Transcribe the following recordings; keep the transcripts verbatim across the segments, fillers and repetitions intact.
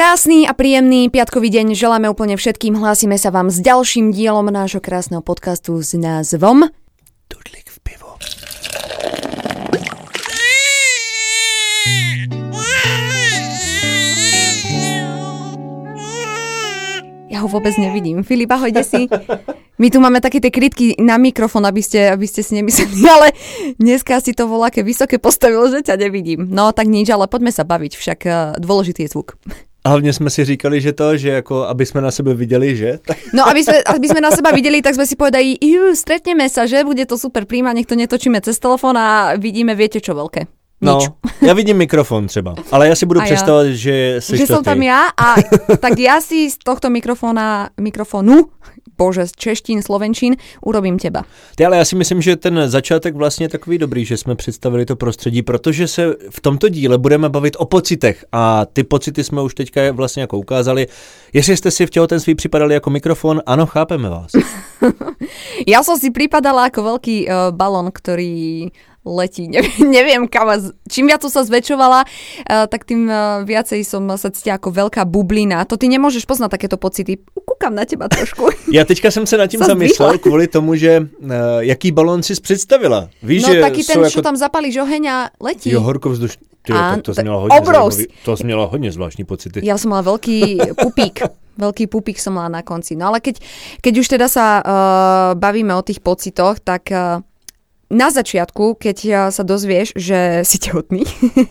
Krásny a príjemný piatkový deň želáme úplne všetkým. Hlásime sa vám s ďalším dielom nášho krásneho podcastu s názvom Dudlík v pivu. Ja ho vôbec nevidím. Filip, ahoj, kde si? My tu máme také tie krytky na mikrofón, aby ste, aby ste si nemysleli, ale dneska si to voľaké vysoké postavilo, že ťa nevidím. No tak nič, ale poďme sa baviť, však dôležitý je zvuk. A hlavně jsme si říkali, že to, že jako, aby jsme na sebe viděli, že? No, aby sme, aby sme na seba videli, tak sme si povedali, ju, stretneme sa, že? Bude to super príjma, nech to netočíme cez telefón a vidíme, viete čo, veľké. Nič. No, já vidím mikrofon třeba, ale já si budu představovat, že jsi Že to som ty. tam ja a tak ja si z tohto mikrofóna, mikrofónu, bože, z češtín, slovenčín, urobím teba. Ty, ale já si myslím, že ten začátek vlastně je takový dobrý, že jsme představili to prostředí, protože se v tomto díle budeme bavit o pocitech a ty pocity jsme už teďka vlastně jako ukázali. Jestli jste si v těhotenství připadali jako mikrofon, ano, chápeme vás. Ja som si pripadala ako veľký uh, balón, ktorý letí. Neviem, neviem kam. Čím viac sa zväčšovala, uh, tak tým uh, viacej som sa cítila ako veľká bublina. To ty nemôžeš poznať takéto pocity. Kúkam na teba trošku. Já teďka jsem se nad tím zamyslel kvůli tomu, že uh, jaký balón si představila. Víš, no že taký ten, jako... čo tam zapalíš oheň a letí. Jo, horkovzdušný. Tyjo, a, tak to jsi měla hodně obrovs. zajímavý, to jsi měla hodně zvláštní pocity. Ja som mala veľký pupík. Veľký pupík som mala na konci. No ale keď, keď už teda sa uh, bavíme o tých pocitoch, tak uh, na začiatku, keď uh, sa dozvieš, že si tehotný,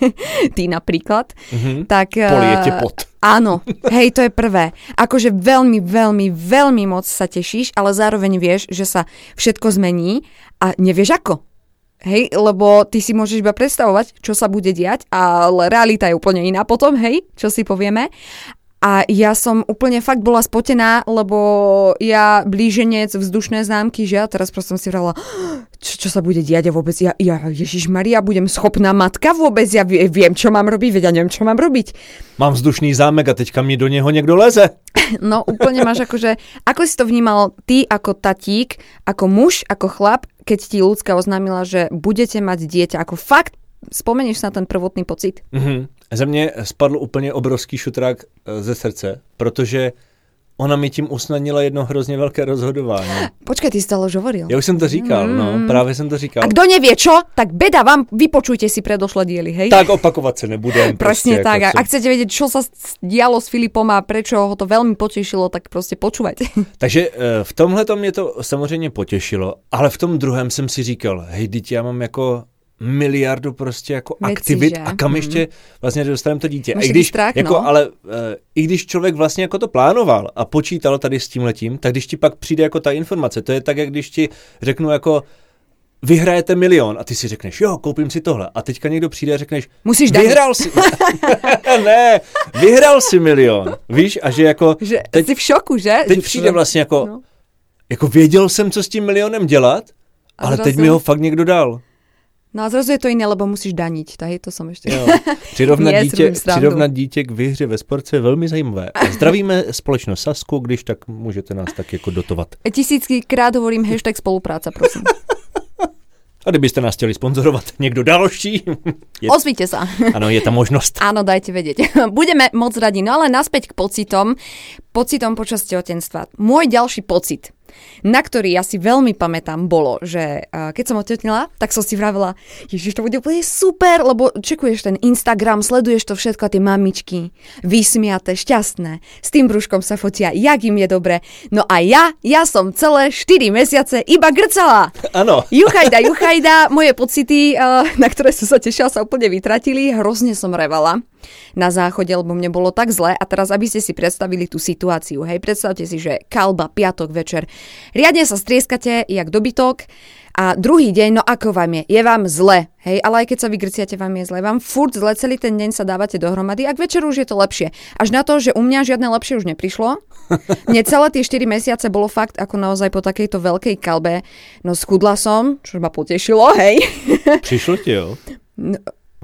ty napríklad, Mm-hmm. tak... Uh, Polie te pot. Áno, hej, to je prvé. Akože veľmi, veľmi, veľmi moc sa tešíš, ale zároveň vieš, že sa všetko zmení a nevieš ako. Hej, lebo ty si môžeš iba predstavovať, čo sa bude diať, ale realita je úplne iná potom, hej, čo si povieme. A ja som úplne fakt bola spotená, lebo ja blíženec vzdušné známky, že? A teraz proste som si vrala, čo, čo sa bude diať a vôbec, ja, ja Ježišmaria, budem schopná matka vôbec, ja viem, čo mám robiť, veď ja neviem, čo mám robiť. Mám vzdušný zámek a teďka mi do něho někdo leze. No úplne máš akože, ako si to vnímal ty ako tatík, ako muž, ako chlap, keď ti ľudská oznámila, že budete mať dieťa, ako fakt spomenieš na ten prvotný pocit? Mm-hmm. Ze mě spadl úplně obrovský šutrák ze srdce, protože ona mi tím usnadnila jedno hrozně velké rozhodování. Počkej, ty si to už hovoril. Já už jsem to říkal, mm. no, právě jsem to říkal. A kdo nevie čo, tak beda vám, vypočujte si predošlé diely, hej? Tak opakovat se nebudem. Presne prostě, tak. Jako A ak chcete vedieť, čo sa dialo s Filipom a prečo ho to veľmi potešilo, tak prostě počúvajte. Takže v tomhle to mě to samozřejmě potěšilo, ale v tom druhém jsem si říkal, hej, teď já mám jako miliardu prostě jako Věci, aktivit že? a kam ještě vlastně dostaneme to dítě. Musí a i když, strach, jako, no. ale uh, i když člověk vlastně jako to plánoval a počítal tady s tímhletím, tak když ti pak přijde jako ta informace, to je tak, jak když ti řeknu jako vyhrajete milion a ty si řekneš, jo, koupím si tohle. A teďka někdo přijde a řekneš, musíš dát. vyhrál si, ne, vyhrál si milion, víš, a že jako, že teď, jsi v šoku, že? teď že přijde vlastně jako, no. jako věděl jsem, co s tím milionem dělat, a ale zrazu... teď mi ho fakt někdo dal. No a zrazu je to iné, lebo musíš daniť. Tak to som ešte... Přirovnat, dítě, přirovnat dítě k výhře ve sportce je velmi zajímavé. A zdravíme společnost Sasku, když tak můžete nás tak jako dotovat. Tisíckrát hovorím hashtag spolupráca, prosím. A kdybyste nás chtěli sponzorovat někdo další... Je... Ozvíte sa. Ano, je tam možnost. Áno, dajte vedieť. Budeme moc radi. No ale naspäť k pocitom. Pocitom počas tehotenstva. Môj ďalší pocit, na ktorý ja si veľmi pamätám, bolo, že uh, keď som otehotnila, tak som si vravela, ježiš, to bude úplne super, lebo čekuješ ten Instagram, sleduješ to všetko a tie mamičky, vysmiaté, šťastné, s tým brúškom sa fotia, jak im je dobre. No a ja, ja som celé štyri mesiace iba grcala. Ano. Juchajda, juchajda, moje pocity, uh, na ktoré som sa tešila, sa úplne vytratili, hrozne som revala na záchode, lebo mne bolo tak zle a teraz, aby ste si predstavili tú situáciu, hej, predstavte si, že kalba, piatok večer, riadne sa strieskate, jak dobytok a druhý deň, no ako vám je? Je vám zle, hej, ale aj keď sa vygrciate, vám je zle, vám furt zle, celý ten deň sa dávate dohromady, ak večer už je to lepšie. Až na to, že u mňa žiadne lepšie už neprišlo. Mne celé tie štyri mesiace bolo fakt ako naozaj po takejto veľkej kalbe, no schudla som, čo ma potešilo, hej. Přišlo ti, jo? No.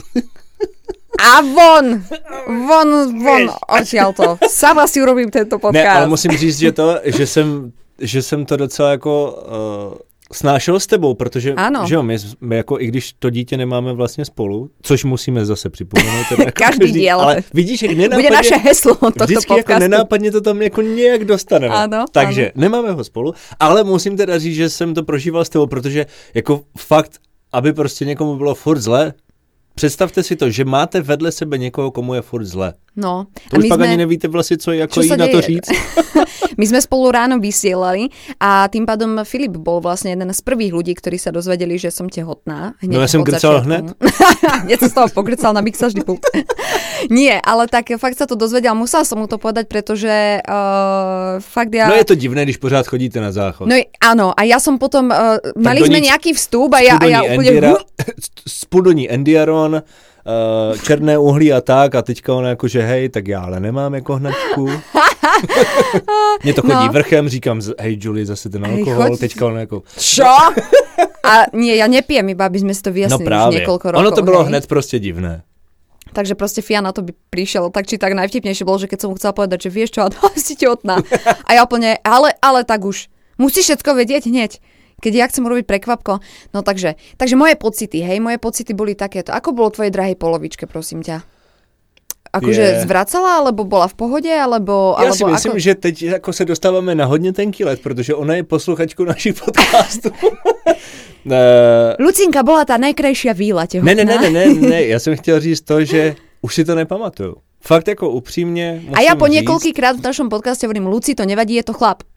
A von, von, von, odtiaľto. Sama si urobím tento podcast. Ne, ale musím říct, že to, že jsem, že jsem to docela jako uh, snášel s tebou, protože ano. Že jo, my, my jako i když to dítě nemáme vlastně spolu, což musíme zase připomenout. Teda jako každý, každý diel. Ale vidíš, jak nenápadně... Bude naše heslo tohto vždycky podcastu. jako nenápadně to tam jako nějak dostaneme. Ano, Takže ano. nemáme ho spolu, ale musím teda říct, že jsem to prožíval s tebou, protože jako fakt, aby prostě někomu bylo furt zle, představte si to, že máte vedle sebe někoho, komu je furt zle. No. To už pak sme... ani nevíte vlastne, co jako jí na to říct. My sme spolu ráno vysielali a tým pádom Filip bol vlastne jeden z prvých ľudí, ktorí sa dozvedeli, že som tehotná. Hneď no ja som grcal hned. Hneď som z toho pogrcal na mixažný pult. Nie, ale tak fakt sa to dozvedel. Musela som mu to povedať, pretože uh, fakt ja... No je to divné, když pořád chodíte na záchod. No áno, a ja som potom... Uh, mali sme nic... nejaký vstup a ja, a ja úplne... Endira, spodolní Endiaron, Uh, černé uhlí a tak a teďka ona jako, že hej, tak já ale nemám jako hnačku. Mně to chodí no. vrchem, říkám, hej Julie, zase ten alkohol, choď... teďka ona jako... Čo? A nie, ja nepijem, iba aby sme si to vyjasnili no už niekoľko rokov. Ono to bylo hej. hned prostě divné. Takže proste Fia na to by prišiel tak či tak najvtipnejšie bolo, že keď som mu chcela povedať, že vieš čo, no, si tehotná. A ja úplne, ale, ale tak už, musíš všetko vedieť hneď. Keď ja chcem urobiť prekvapko. No takže, takže moje pocity, hej, moje pocity boli takéto. Ako bolo tvojej drahej polovičke, prosím ťa? Akože je... zvracala, alebo bola v pohode, alebo... Já alebo si myslím, ako... že teď jako se dostáváme na hodně tenký let, protože ona je posluchačkou našich podcastů. ne... Lucinka bola tá najkrajšia víla tehotná. Ne, ne, ne, ne, ne, ne, já jsem chtěl říct to, že už si to nepamatuju. Fakt jako upřímně musím A ja po říct... niekoľkýkrát v našom podcaste hovorím, Luci, to nevadí, je to chlap.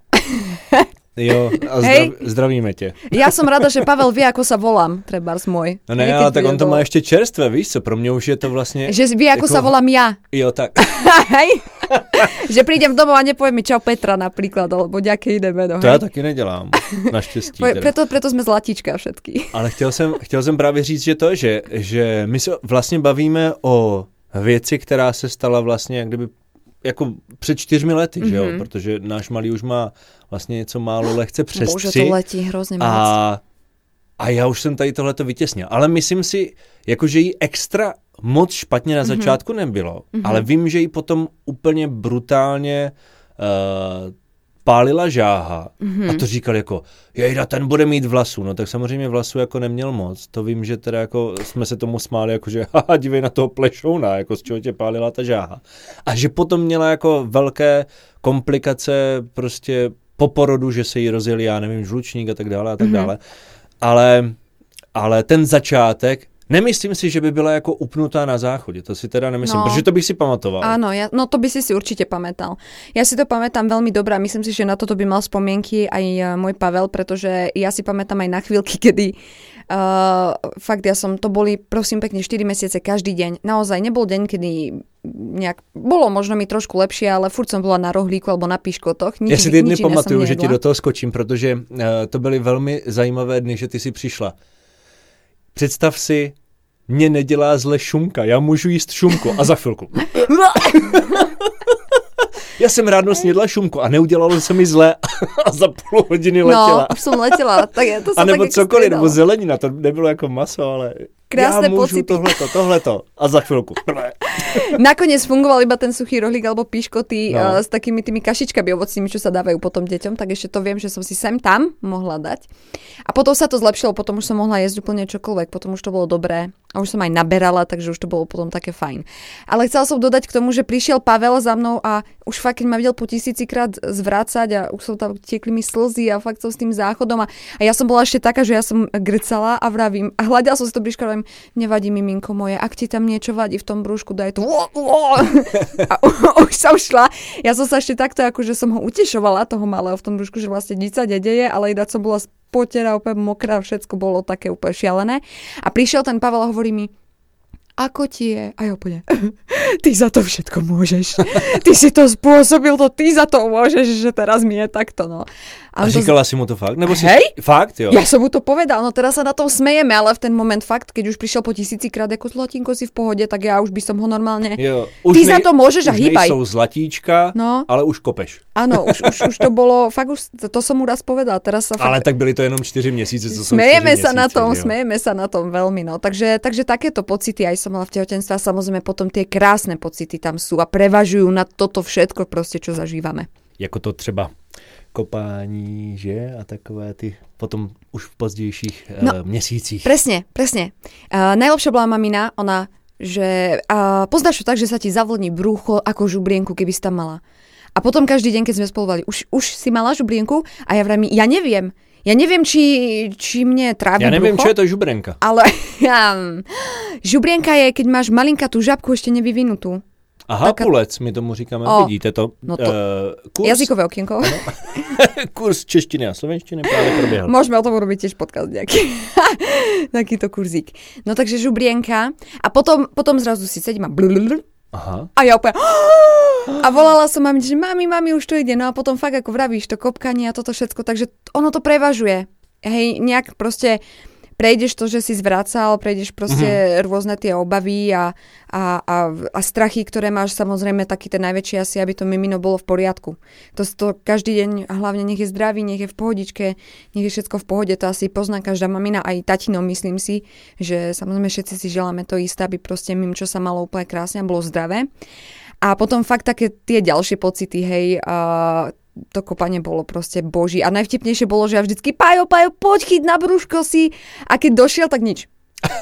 Jo, a zdrav, zdravíme tě. Já jsem ráda, že Pavel ví, ako sa volám, trebárs môj. No ne, ale tak on to má ještě čerstvé, víš co, pro mě už je to vlastně... Že ví, ako jako... sa volám ja. Jo, tak. Hej? Že prídem domov a nepoviem mi čau Petra napríklad, alebo nejaké iné meno. To hej? Já taky nedělám, naštěstí. Preto, preto sme zlatíčka všetky. Ale chtěl jsem, chtěl jsem právě říct, že to, že, že my se vlastně bavíme o věci, která se stala vlastně jak kdyby jako před čtyřmi lety, mm-hmm. že jo, protože náš malý už má vlastně něco málo lehce přes Bože, tři. to letí hrozně moc. A, a já už jsem tady tohleto vytěsnil. Ale myslím si, jako že jí extra moc špatně na začátku mm-hmm. nebylo, mm-hmm. ale vím, že jí potom úplně brutálně uh, pálila žáha mm-hmm. a to říkal jako, jejda, ten bude mít vlasu. No tak samozřejmě vlasu jako neměl moc. To vím, že teda jako jsme se tomu smáli, jako že haha, dívej na toho plešouna, jako z čeho tě pálila ta žáha. A že potom měla jako velké komplikace prostě po porodu, že se jí rozjeli, já nevím, žlučník a tak dále a tak mm-hmm. dále. Ale, ale ten začátek, nemyslím si, že by byla jako upnutá na záchodě, to si teda nemyslím, no, protože to bych si pamatoval. Áno, ja, no to by si si určite pamätal. Ja si to pamätám veľmi dobre a myslím si, že na toto by mal spomienky aj môj Pavel, pretože ja si pamätám aj na chvíľky, kedy uh, fakt ja som, to boli prosím pekne štyri mesiace každý deň. Naozaj nebol deň, kedy nejak, bolo možno mi trošku lepšie, ale furt som bola na rohlíku alebo na piškotoch. Nič, ja si ty dny pamatuju, že ti do toho skočím, protože uh, to byly velmi zajímavé dny, že ty si přišla. Představ si, mě nedělá zle šunka, já můžu jíst šunku a za chvilku. Já jsem ráno snědla šunku a neudělalo se mi zle a za půl hodiny letěla. No, už jsem letěla. Tak je, to a nebo cokoliv, nebo zelenina, to nebylo jako maso, ale krásné já můžu pocity. tohleto, tohleto a za chvilku. Nakoniec fungoval iba ten suchý rohlík alebo píškoty no. uh, s takými tými kašičkami ovocnými, čo sa dávajú potom deťom, tak ešte to viem, že som si sem tam mohla dať. A potom sa to zlepšilo, potom už som mohla jesť úplne čokoľvek, potom už to bolo dobré a už som aj naberala, takže už to bolo potom také fajn. Ale chcela som dodať k tomu, že prišiel Pavel za mnou a už fakt, keď ma videl po tisícikrát zvrácať a už som tam tiekli mi slzy a fakt som s tým záchodom a, a ja som bola ešte taká, že ja som grcala a vravím a hľadala som si to brýško a vravím, nevadí miminko moje, ak ti tam niečo vadí v tom brúšku, daj to. A už som šla. Ja som sa ešte takto, akože som ho utešovala, toho malého v tom brúšku, že vlastne nič sa nedeje, ale ináč som bola spotená, úplne mokrá, všetko bolo také úplne šialené. A prišiel ten Pavel a hovorí mi, ako ti je? A ja úplne, ty za to všetko môžeš. Ty si to spôsobil, to ty za to môžeš, že teraz mi je takto, no. A, a říkala to... si mu to fakt? Nebo si... Hej? Fakt, jo? Ja som mu to povedal, no teraz sa na tom smejeme, ale v ten moment fakt, keď už prišiel po tisícikrát ako zlatinko si v pohode, tak ja už by som ho normálne... Jo. Už ty nej, za to môžeš a hýbaj. Už nejsou zlatíčka, no. Ale už kopeš. Áno, už, už, už to bolo, fakt už, to som mu raz povedal. Teraz sa fakt... Ale tak byli to jenom čtyři měsíce, co smejeme sú sa na tom, jo. smejeme sa na tom veľmi, no. Takže, takže takéto pocity aj som mala v tehotenstve a samozrejme potom tie krásne pocity tam sú a prevažujú na toto všetko proste, čo zažívame. Jako to třeba kopání, že? A takové ty potom už v pozdějších no, uh, měsících. Presne, presne. Uh, najlepšia bola mamina, ona, že uh, poznáš to tak, že sa ti zavlní brúcho ako žubrienku, keby si tam mala. A potom každý deň, keď sme spolu už, už si mala žubrienku a ja vravím, ja neviem, ja neviem, či, či mne trávi ja neviem, brucho. čo je to žubrenka. Ale ja, žubrienka je, keď máš malinkatú žabku ešte nevyvinutú. Aha, Taká... pulec, my tomu říkáme, o, vidíte to. No to uh, kurs, jazykové okienko. Kurs češtiny a slovenštiny práve probiehl. Môžeme o tom urobiť tiež podcast nejaký. Takýto kurzík. No takže žubrienka. A potom, potom zrazu si sedím a blululul. Aha. A ja úplne... A volala som mami, že mami, mami, už to ide. No a potom fakt, ako vravíš, to kopkanie a toto všetko. Takže ono to prevažuje. Hej, nejak proste... Prejdeš to, že si zvracal, prejdeš proste mm-hmm. rôzne tie obavy a, a, a, a strachy, ktoré máš, samozrejme taký ten najväčší asi, aby to mimino bolo v poriadku. To, to každý deň, hlavne nech je zdravý, nech je v pohodičke, nech je všetko v pohode, to asi pozná každá mamina, aj tatino, myslím si, že samozrejme všetci si želáme to isté, aby proste mimčo sa malo úplne krásne a bolo zdravé. A potom fakt také tie ďalšie pocity, hej, uh, to kopanie bolo proste boží. A najvtipnejšie bolo, že ja vždycky Pajo, Pajo, poď chyť na brúško si. A keď došiel, tak nič.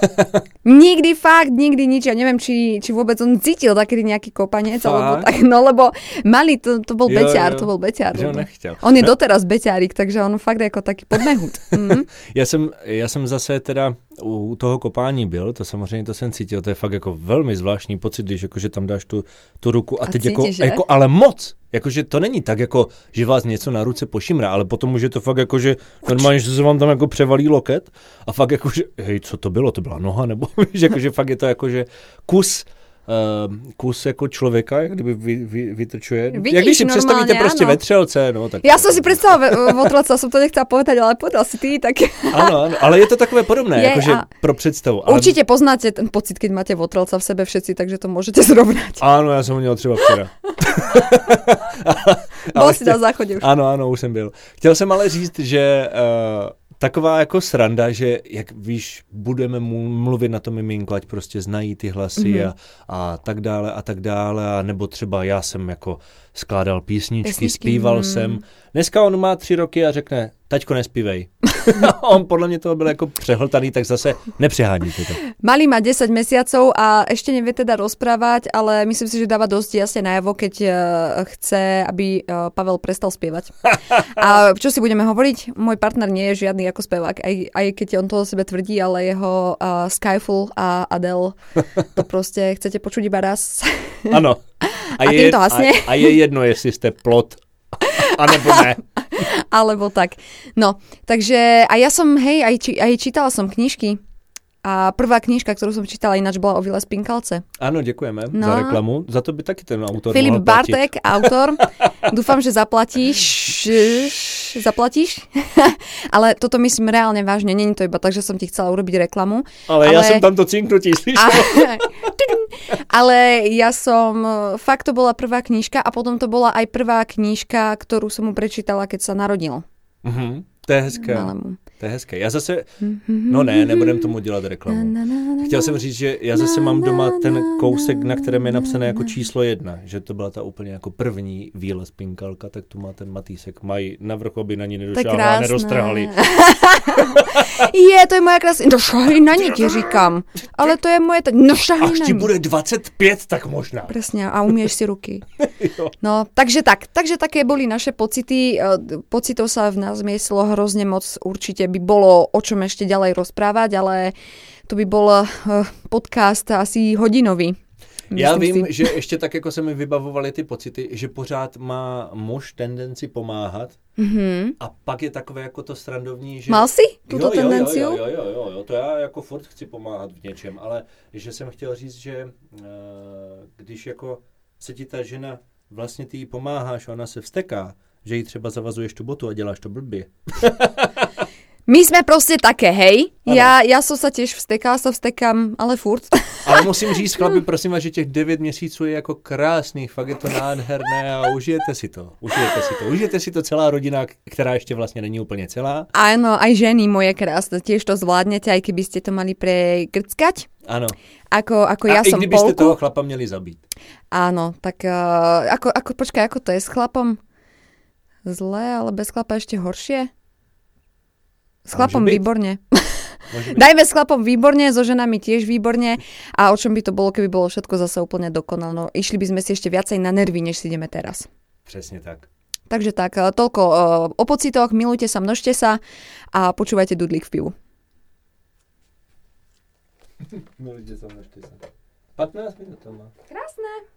Nikdy fakt, nikdy nič. Ja neviem, či, či vôbec on cítil taký nejaký kopanec, alebo tak, no lebo malý, to, to bol jo, beťár, jo. to bol beťár. Že on nechtěl. On je no. doteraz beťárik, takže on fakt jako taký podmehut. Mm. já, jsem, já jsem zase teda u toho kopání byl, to samozřejmě to jsem cítil, to je fakt jako velmi zvláštní pocit, když jakože tam dáš tu, tu ruku a, a teď cítíš, jako, jako, ale moc. Jakože to není tak, jako, že vás něco na ruce pošimrá, ale potom už je to fakt jako, že normálně, že se vám tam jako převalí loket a fakt jako, že hej, co to bylo, to byla noha, nebo že jakože fakt je to jako, že kus Uh, kus jako člověka, jak kdyby vy, vy, vytrčuje. Vidíš, jak když si představíte áno. prostě vetřelce, no tak... Já jsem si představila votrelca, jsem to nechtěla povedať, ale povedal si ty, tak... Ano, ano, ale je to takové podobné, jakože a... pro představu. Ale... Určitě poznáte ten pocit, keď máte votrelca v sebe všetci, takže to můžete zrovnat. Ano, já jsem ho měl třeba včera. Byl si na záchodě už. Ano, ano, už jsem byl. Chtěl jsem ale říct, že... Uh, taková jako sranda, že jak víš, budeme mluvit na to miminko, ať prostě znají ty hlasy mm-hmm. a, a tak dále a tak dále, a nebo třeba já jsem jako skládal písničky, Pesničky. zpíval mm. jsem. Dneska on má tři roky a řekne, taťko, nespívej. On podle mě toho byl jako přehltaný, tak zase nepřeháníte to. Malý má desať mesiacov a ešte nevie teda rozprávať, ale myslím si, že dáva dosť jasne najavo, keď uh, chce, aby uh, Pavel prestal spievať. A čo si budeme hovoriť? Môj partner nie je žiadny ako spevák, aj, aj keď on to o sebe tvrdí, ale jeho uh, Skyfall a Adele to proste chcete počuť iba raz. Ano. A, a je, to hasne. A, a je jedno, jestli ste plot, anebo ne. Alebo tak. No, takže a ja som, hej, aj, či, aj čítala som knižky. A prvá knižka, ktorú som čítala, ináč bola o Ville Spinkalce. Áno, ďakujeme no. za reklamu. Za to by taky ten autor Filip mohol platiť. Bartek, autor. Dúfam, že zaplatíš. Zaplatíš? Ale toto myslím reálne vážne. Není to iba tak, že som ti chcela urobiť reklamu. Ale, ale... ja som tamto cinknutí slyšel. A... Ale ja som... Fakt to bola prvá knižka a potom to bola aj prvá knižka, ktorú som mu prečítala, keď sa narodil. Mhm. To je hezké. Malému. To je hezké. Já zase, no ne, nebudem tomu dělat reklamu. Chtěl jsem říct, že já zase mám doma ten kousek, na kterém je napsané jako číslo jedna, že to byla ta úplně jako první Ville Spinkalka, tak tu má ten Matýsek. Mají navrchu, aby na ní nedošáhli a neroztrhali. Je, to je moja krásná. No šahli na ní, ti říkám. Ale to je moje... No šahli na ní. Až ti bude dvacet pět, tak možná. Presne, a umieš si ruky. No, takže tak. Takže také boli naše pocity. Pocitov sa v nás miesilo hrozne moc. Určite by bolo o čom ešte ďalej rozprávať, ale to by bol podcast asi hodinový. Myslím Já vím, si. že ještě tak, jako se mi vybavovaly ty pocity, že pořád má muž tendenci pomáhat mm-hmm. a pak je takové jako to srandovní, že... Mal si tuto jo, tendenciu? Jo, jo, jo, jo, jo, to já jako furt chci pomáhat v něčem, ale že jsem chtěl říct, že uh, když jako se ti ta žena, vlastně ty jí pomáháš a ona se vzteká, že jí třeba zavazuješ tu botu a děláš to blbě. My sme proste také, hej? Ja, ja som sa tiež vstekala, sa vstekám, ale furt. Ale musím říct, chlapi, prosím vás, že těch devět měsíců je jako krásných, fakt je to nádherné a užijete si to. Užijete si to. Užijete si to celá rodina, která ještě vlastně není úplně celá. Áno, aj ženy moje krásne, tiež to zvládnete, aj keby ste to mali pregrckať. Áno. Ako, ako a ja i som kdybyste polku. toho chlapa měli zabít. Áno, tak uh, ako, ako, počkaj, ako to je s chlapom? Zlé, ale bez chlapa ešte horšie? S Môže chlapom byť. výborne. Môže byť. Dajme s chlapom výborne, so ženami tiež výborne. A o čom by to bolo, keby bolo všetko zase úplne dokonal? No, išli by sme si ešte viacej na nervy, než si ideme teraz. Přesně tak. Takže tak, toľko o pocitoch, milujte sa, množte sa a počúvajte Dudlík v pivu. Milujte sa, množte sa. pätnásť minút to má. Krásne.